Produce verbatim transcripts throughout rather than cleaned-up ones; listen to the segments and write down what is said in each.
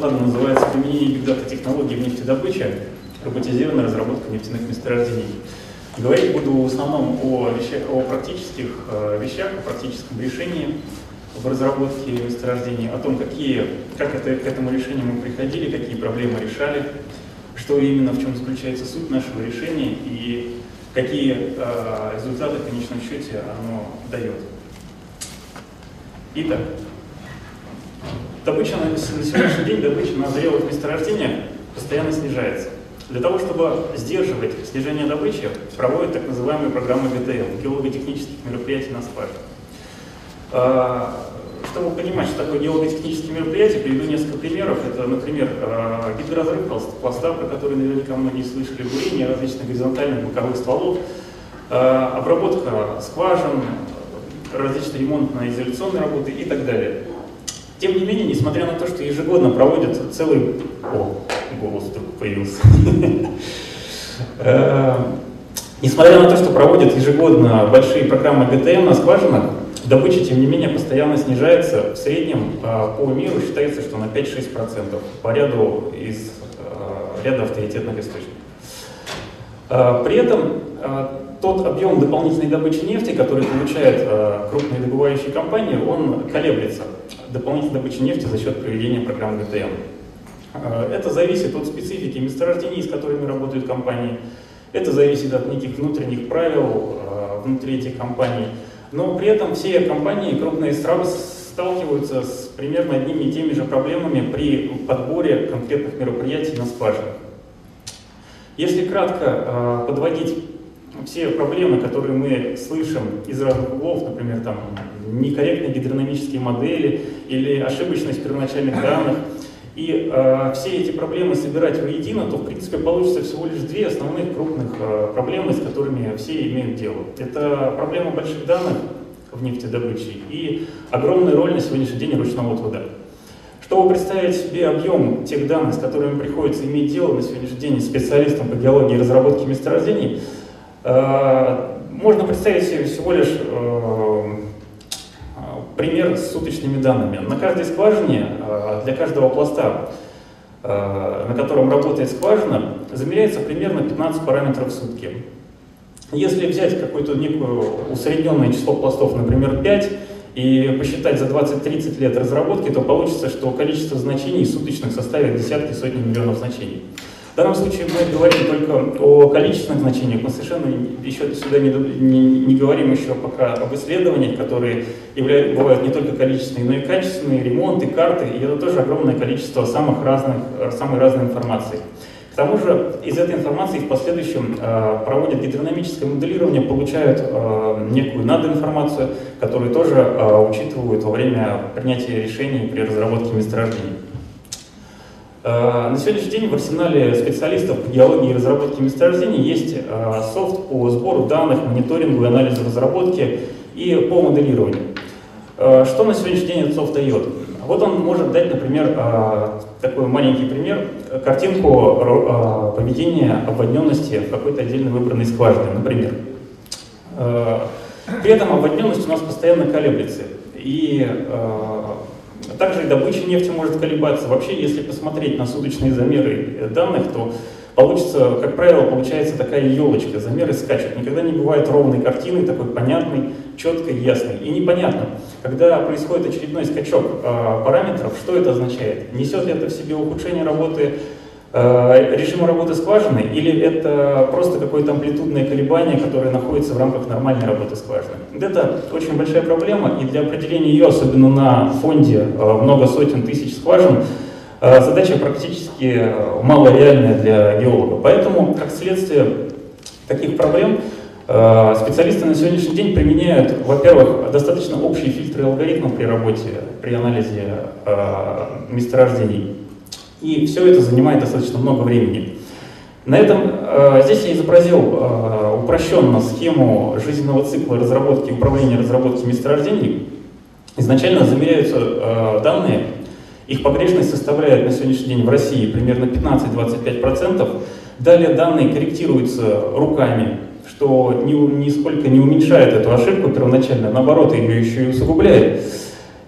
доклада называется «Применение бигдата-технологий в нефтедобыче. Роботизированная разработка нефтяных месторождений». Говорить буду в основном о, вещах, о практических э, вещах, о практическом решении в разработке месторождений, о том, какие, как это, к этому решению мы приходили, какие проблемы решали, что именно, в чем заключается суть нашего решения и какие э, результаты в конечном счете оно дает. Итак, добыча на, на сегодняшний день добыча на зрелых месторождениях постоянно снижается. Для того, чтобы сдерживать снижение добычи, проводят так называемые программы гэ тэ эм, геолого-технических мероприятий на скважинах. Чтобы понимать, что такое геолого-технические мероприятия, приведу несколько примеров. Это, например, гидроразрыв пласта, про который наверняка многие слышали, бурение различных горизонтальных боковых стволов, обработка скважин, различные ремонтные изоляционные работы и так далее. Тем не менее, несмотря на то, что ежегодно проводят целый... О, голос вдруг появился. Несмотря на то, что проводят ежегодно большие программы гэ тэ эм на скважинах, добыча, тем не менее, постоянно снижается. В среднем по миру считается, что на пять-шесть процентов по ряду из ряда авторитетных источников. При этом тот объем дополнительной добычи нефти, который получают крупные добывающие компании, он колеблется. Дополнительной добычи нефти за счет проведения программ гэ тэ эм. Это зависит от специфики месторождений, с которыми работают компании. Это зависит от неких внутренних правил внутри этих компаний. Но при этом все компании крупные сразу сталкиваются с примерно одними и теми же проблемами при подборе конкретных мероприятий на скважинах. Если кратко подводить все проблемы, которые мы слышим из разных углов, например, там, некорректные гидродинамические модели или ошибочность первоначальных данных, и э, все эти проблемы собирать воедино, то в принципе получится всего лишь две основных крупных э, проблемы, с которыми все имеют дело. Это проблема больших данных в нефтедобыче и огромная роль на сегодняшний день ручного труда. Чтобы представить себе объем тех данных, с которыми приходится иметь дело на сегодняшний день специалистам по геологии и разработке месторождений, э, можно представить себе всего лишь э, пример с суточными данными. На каждой скважине, для каждого пласта, на котором работает скважина, замеряется примерно пятнадцать параметров в сутки. Если взять какое-то некое усредненное число пластов, например, пять, и посчитать за двадцать-тридцать лет разработки, то получится, что количество значений суточных составит десятки, сотни миллионов значений. В данном случае мы говорим только о количественных значениях, мы совершенно еще сюда не, не, не говорим еще пока об исследованиях, которые являют, бывают не только количественные, но и качественные, ремонты, карты, и это тоже огромное количество самых разных, самой разной информации. К тому же из этой информации в последующем э, проводят гидродинамическое моделирование, получают э, некую надоинформацию, которую тоже э, учитывают во время принятия решений при разработке месторождений. На сегодняшний день в арсенале специалистов по геологии и разработке месторождений есть софт по сбору данных, мониторингу и анализу разработки и по моделированию. Что на сегодняшний день этот софт дает? Вот он может дать, например, такой маленький пример, картинку поведения обводненности в какой-то отдельно выбранной скважине, например. При этом обводненность у нас постоянно колеблется. И также и добыча нефти может колебаться. Вообще, если посмотреть на суточные замеры данных, то получится, как правило, получается такая елочка. Замеры скачут. Никогда не бывает ровной картины, такой понятной, четкой, ясной. И непонятно, когда происходит очередной скачок э, параметров, что это означает? Несет ли это в себе ухудшение работы э, режима работы скважины, или это просто какое-то амплитудное колебание, которое находится в рамках нормальной работы скважины? Это очень большая проблема, и для определения ее, особенно на фонде э, много сотен тысяч скважин, э, задача практически малореальная для геолога. Поэтому, как следствие таких проблем, э, специалисты на сегодняшний день применяют, во-первых, достаточно общие фильтры и алгоритмы при работе, при анализе э, месторождений. И все это занимает достаточно много времени. На этом, э, здесь я изобразил э, упрощенно схему жизненного цикла разработки и управления разработки месторождений. Изначально замеряются э, данные, их погрешность составляет на сегодняшний день в России примерно пятнадцать-двадцать пять процентов. Далее данные корректируются руками, что ни, нисколько не уменьшает эту ошибку первоначально, наоборот, ее еще и усугубляет.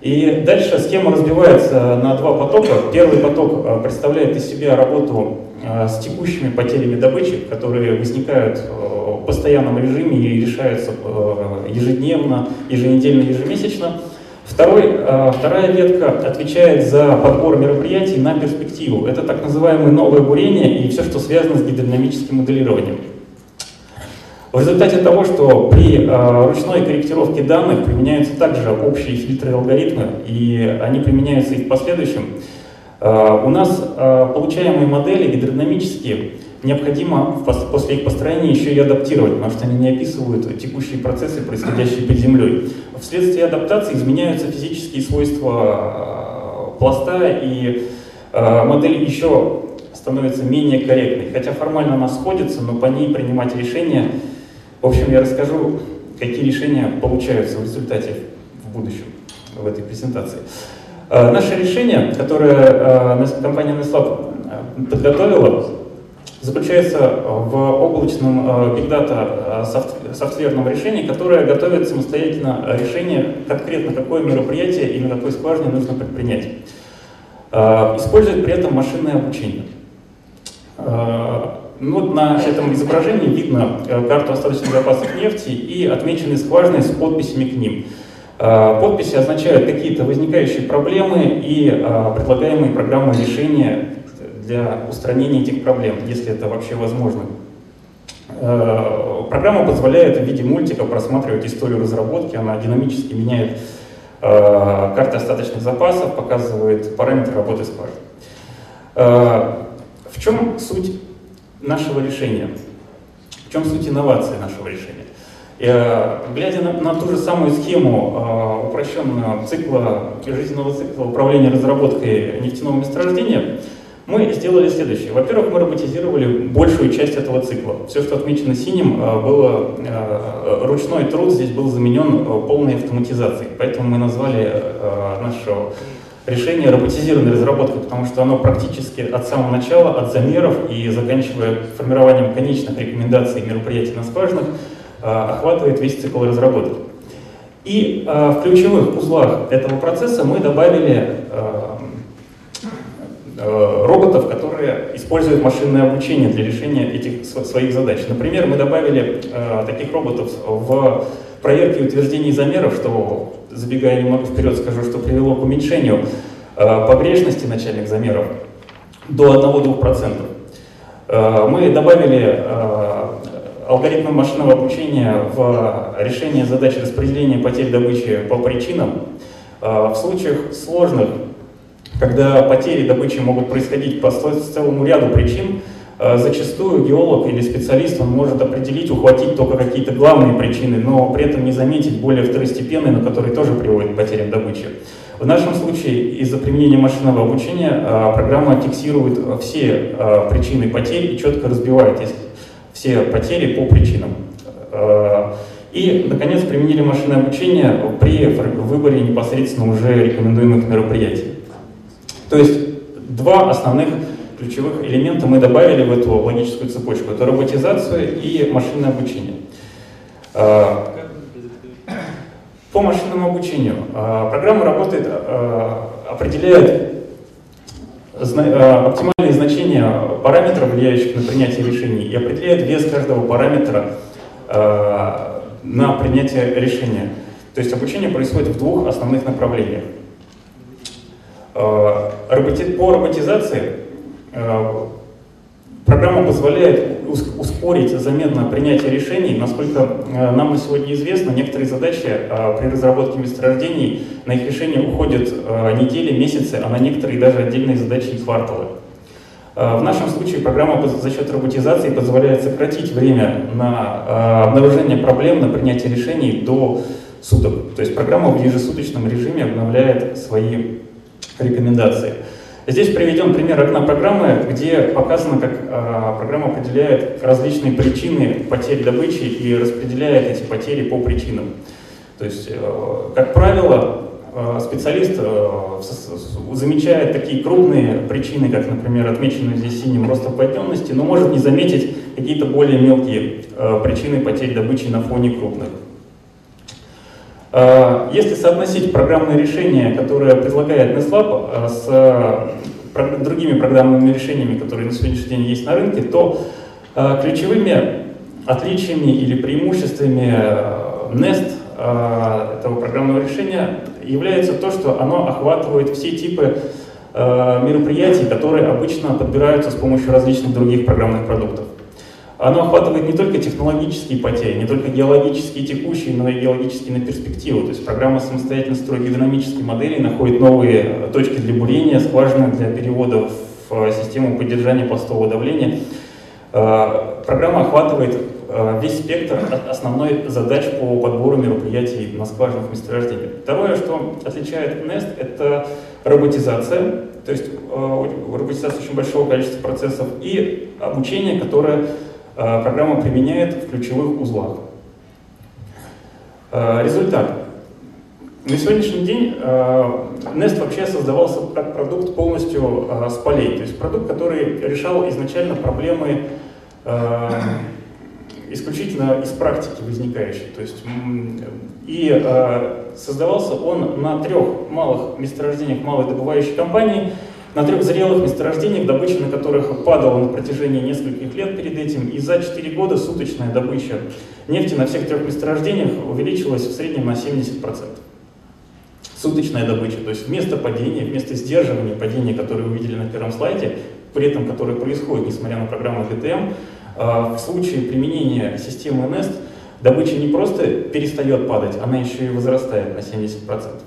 И дальше схема разбивается на два потока. Первый поток представляет из себя работу с текущими потерями добычи, которые возникают в постоянном режиме и решаются ежедневно, еженедельно, ежемесячно. Второй, вторая ветка отвечает за подбор мероприятий на перспективу. Это так называемое новое бурение и все, что связано с гидродинамическим моделированием. В результате того, что при э, ручной корректировке данных применяются также общие фильтры и алгоритмы, и они применяются и в последующем, э, у нас э, получаемые модели гидродинамические необходимо в, после их построения еще и адаптировать, потому что они не описывают текущие процессы, происходящие под землей. Вследствие адаптации изменяются физические свойства э, пласта, и э, модель еще становится менее корректной. Хотя формально она сходится, но по ней принимать решения. В общем, я расскажу, какие решения получаются в результате в будущем в этой презентации. Э, наше решение, которое э, компания Nestlab подготовила, заключается в облачном э, Big Data э, софт, софтверном решении, которое готовит самостоятельно решение, конкретно какое мероприятие или на какой скважине нужно предпринять. Э, использует при этом машинное обучение. Э, Ну, вот на этом изображении видно карту остаточных запасов нефти и отмеченные скважины с подписями к ним. Подписи означают какие-то возникающие проблемы и предлагаемые программы решения для устранения этих проблем, если это вообще возможно. Программа позволяет в виде мультика просматривать историю разработки, она динамически меняет карты остаточных запасов, показывает параметры работы скважин. В чем суть нашего решения? В чем суть инновации нашего решения? И, глядя на, на ту же самую схему э, упрощенного цикла, жизненного цикла управления разработкой нефтяного месторождения, мы сделали следующее. Во-первых, мы роботизировали большую часть этого цикла. Все, что отмечено синим, э, было э, ручной труд, здесь был заменен э, полной автоматизацией. Поэтому мы назвали э, нашу решение роботизированной разработкой, потому что оно практически от самого начала, от замеров и заканчивая формированием конечных рекомендаций мероприятий на скважинах, охватывает весь цикл разработки. И в ключевых узлах этого процесса мы добавили роботов, которые используют машинное обучение для решения этих своих задач. Например, мы добавили таких роботов в проверке утверждений замеров, что, забегая немного вперед, скажу, что привело к уменьшению э, погрешности начальных замеров до одного-двух процентов. Э, мы добавили э, алгоритмы машинного обучения в решение задач распределения потерь добычи по причинам. Э, в случаях сложных, когда потери добычи могут происходить по целому ряду причин, зачастую геолог или специалист он может определить, ухватить только какие-то главные причины, но при этом не заметить более второстепенные, но которые тоже приводят к потерям добычи. В нашем случае из-за применения машинного обучения программа фиксирует все причины потерь и четко разбивает все потери по причинам. И, наконец, применили машинное обучение при выборе непосредственно уже рекомендуемых мероприятий. То есть два основных ключевых элемента мы добавили в эту логическую цепочку. Это роботизацию и машинное обучение. По машинному обучению программа работает, определяет оптимальные значения параметров, влияющих на принятие решений, и определяет вес каждого параметра на принятие решения. То есть обучение происходит в двух основных направлениях. По роботизации программа позволяет ускорить заметно принятие решений. Насколько нам на сегодня известно, некоторые задачи при разработке месторождений, на их решение уходят недели, месяцы, а на некоторые даже отдельные задачи и кварталы. В нашем случае программа за счет роботизации позволяет сократить время на обнаружение проблем, на принятие решений до суток. То есть программа в ежесуточном режиме обновляет свои рекомендации. Здесь приведен пример окна программы, где показано, как э, программа определяет различные причины потерь добычи и распределяет эти потери по причинам. То есть, э, как правило, э, специалист э, замечает такие крупные причины, как, например, отмеченную здесь синим рост окупаемости, но может не заметить какие-то более мелкие э, причины потерь добычи на фоне крупных. Если соотносить программные решения, которые предлагает NestLab, с другими программными решениями, которые на сегодняшний день есть на рынке, то ключевыми отличиями или преимуществами Nest, этого программного решения, является то, что оно охватывает все типы мероприятий, которые обычно подбираются с помощью различных других программных продуктов. Оно охватывает не только технологические потери, не только геологические текущие, но и геологические на перспективу. То есть программа самостоятельно строит гидромические модели, находит новые точки для бурения, скважины для перевода в систему поддержания пластового давления. Программа охватывает весь спектр основной задач по подбору мероприятий на скважинах месторождениях. Второе, что отличает Nest, это роботизация, то есть роботизация очень большого количества процессов и обучение, которое программа применяет в ключевых узлах. Результат. На сегодняшний день Nest вообще создавался как продукт полностью с полей, то есть продукт, который решал изначально проблемы исключительно из практики возникающей. То есть, и э, создавался он на трех малых месторождениях малой добывающей компании, на трех зрелых месторождениях, добыча на которых падала на протяжении нескольких лет перед этим, и за четыре года суточная добыча нефти на всех трех месторождениях увеличилась в среднем на семьдесят процентов. Суточная добыча, то есть вместо падения, вместо сдерживания падения, которое вы увидели на первом слайде, при этом которое происходит, несмотря на программу джи ти эм, в случае применения системы Nest добыча не просто перестает падать, она еще и возрастает на семьдесят процентов.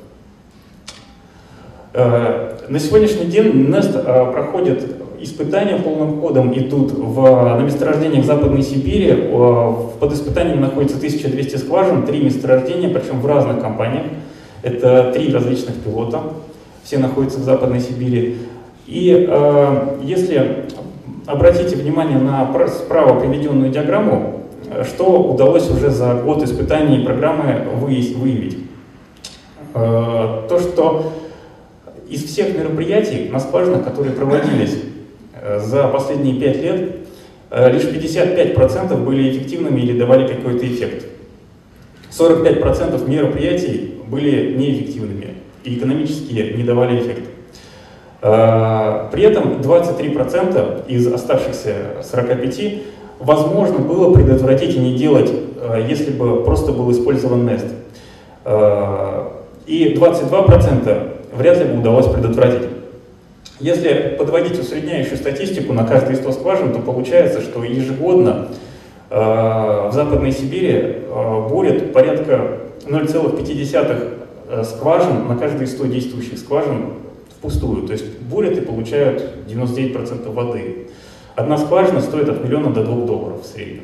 На сегодняшний день Nest проходит испытания полным ходом, идут в, на месторождениях Западной Сибири. Под испытанием находится тысяча двести скважин, три месторождения, причем в разных компаниях. Это три различных пилота, все находятся в Западной Сибири. И э, если обратите внимание на справа приведенную диаграмму, что удалось уже за год испытаний программы выявить. Э, то, что из всех мероприятий на скважинах, которые проводились за последние пять лет, э, лишь пятьдесят пять процентов были эффективными или давали какой-то эффект. сорок пять процентов мероприятий были неэффективными и экономически не давали эффекта. При этом двадцать три процента из оставшихся сорока пяти возможно было предотвратить и не делать, если бы просто был использован Nest. И двадцать два процента вряд ли бы удалось предотвратить. Если подводить усредняющую статистику на каждые сто скважин, то получается, что ежегодно в Западной Сибири бурят порядка ноль целых пять десятых скважин на каждые сто действующих скважин впустую. То есть бурят и получают девяносто девять процентов воды. Одна скважина стоит от миллиона до двух долларов в среднем.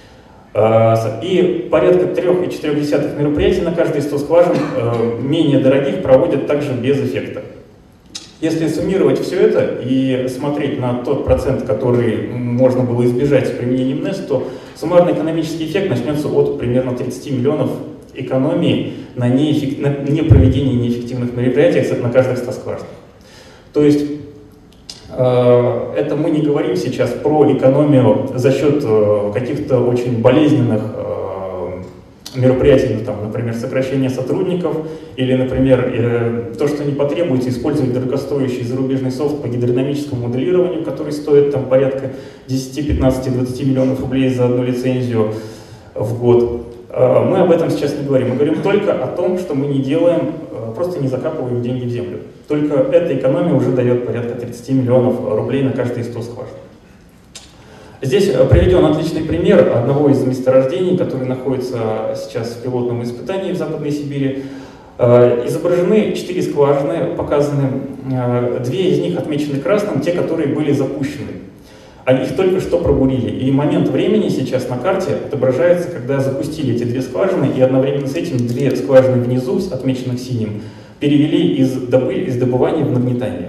И порядка трёх целых четырёх десятых мероприятий на каждые сто скважин менее дорогих проводят также без эффекта. Если суммировать все это и смотреть на тот процент, который можно было избежать с применением Nest, то суммарный экономический эффект начнется от примерно тридцати миллионов экономии на, неэффект... на непроведении неэффективных мероприятий на каждых ста скважинах. То есть э, это мы не говорим сейчас про экономию за счет э, каких-то очень болезненных э, мероприятий, ну, там, например, сокращения сотрудников, или, например, э, то, что не потребуется использовать дорогостоящий зарубежный софт по гидродинамическому моделированию, который стоит там, порядка десяти, пятнадцати, двадцати миллионов рублей за одну лицензию в год. Мы об этом сейчас не говорим. Мы говорим только о том, что мы не делаем, просто не закапываем деньги в землю. Только эта экономия уже дает порядка тридцати миллионов рублей на каждые сто скважин. Здесь приведен отличный пример одного из месторождений, который находится сейчас в пилотном испытании в Западной Сибири. Изображены четыре скважины, показаны. Две из них отмечены красным, те, которые были запущены. Они их только что пробурили. И момент времени сейчас на карте отображается, когда запустили эти две скважины, и одновременно с этим две скважины внизу, отмеченных синим, перевели из, добы, из добывания в нагнетание.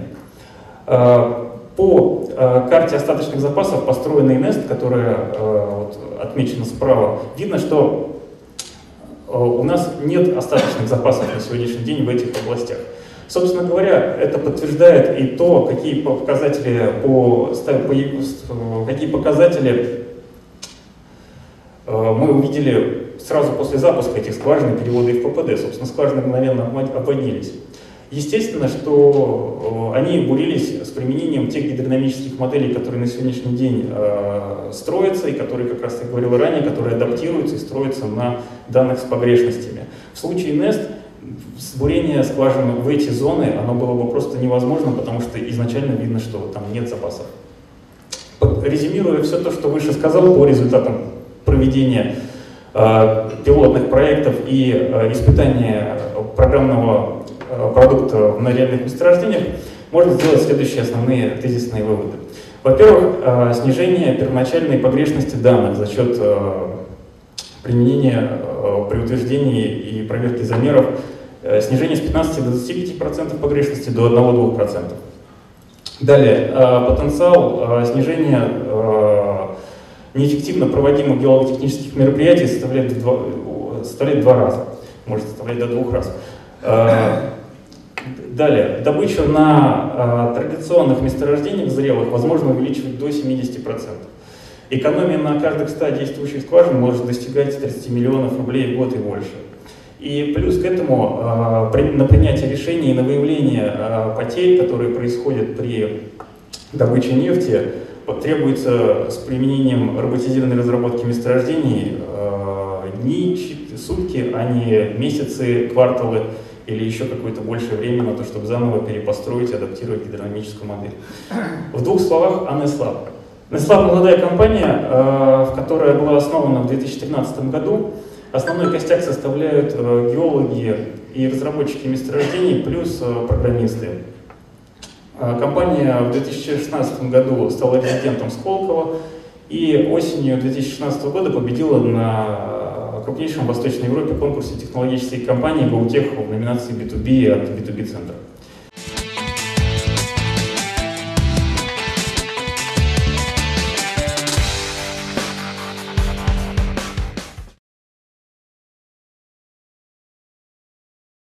По карте остаточных запасов, построенной Nest, которая вот, отмечена справа, видно, что у нас нет остаточных запасов на сегодняшний день в этих областях. Собственно говоря, это подтверждает и то, какие показатели, по, какие показатели мы увидели сразу после запуска этих скважин переводы в ППД. Собственно, скважины мгновенно обводились. Естественно, что они бурились с применением тех гидродинамических моделей, которые на сегодняшний день э, строятся, и которые, как раз я говорил ранее, которые адаптируются и строятся на данных с погрешностями. В случае Нест бурение скважин в эти зоны оно было бы просто невозможно, потому что изначально видно, что там нет запасов. Резюмируя все то, что выше сказал по результатам проведения э, пилотных проектов и э, испытания программного продукта на реальных месторождениях, можно сделать следующие основные тезисные выводы. Во-первых, снижение первоначальной погрешности данных за счет применения при утверждении и проверке замеров, снижение с пятнадцати до двадцати пяти процентов погрешности до одного-двух процентов. Далее, потенциал снижения неэффективно проводимых геологотехнических мероприятий составляет в два, составляет два раза, может составлять до двух раз. Далее, добычу на э, традиционных месторождениях зрелых возможно увеличивать до семидесяти процентов. Экономия на каждых ста действующих скважин может достигать тридцати миллионов рублей в год и больше. И плюс к этому э, при, на принятие решений и на выявление э, потерь, которые происходят при добыче нефти, требуется с применением роботизированной разработки месторождений э, дни, сутки, а не месяцы, кварталы или еще какое-то большее время на то, чтобы заново перепостроить и адаптировать гидродинамическую модель. В двух словах о Neslab. Neslab — молодая компания, которая была основана в две тысячи тринадцатом году. Основной костяк составляют геологи и разработчики месторождений, плюс программисты. Компания в две тысячи шестнадцатом году стала резидентом Сколково и осенью две тысячи шестнадцатого года победила на крупнейшем в Восточной Европе конкурсе технологических компаний GoTech в номинации би ту би от би ту би центра.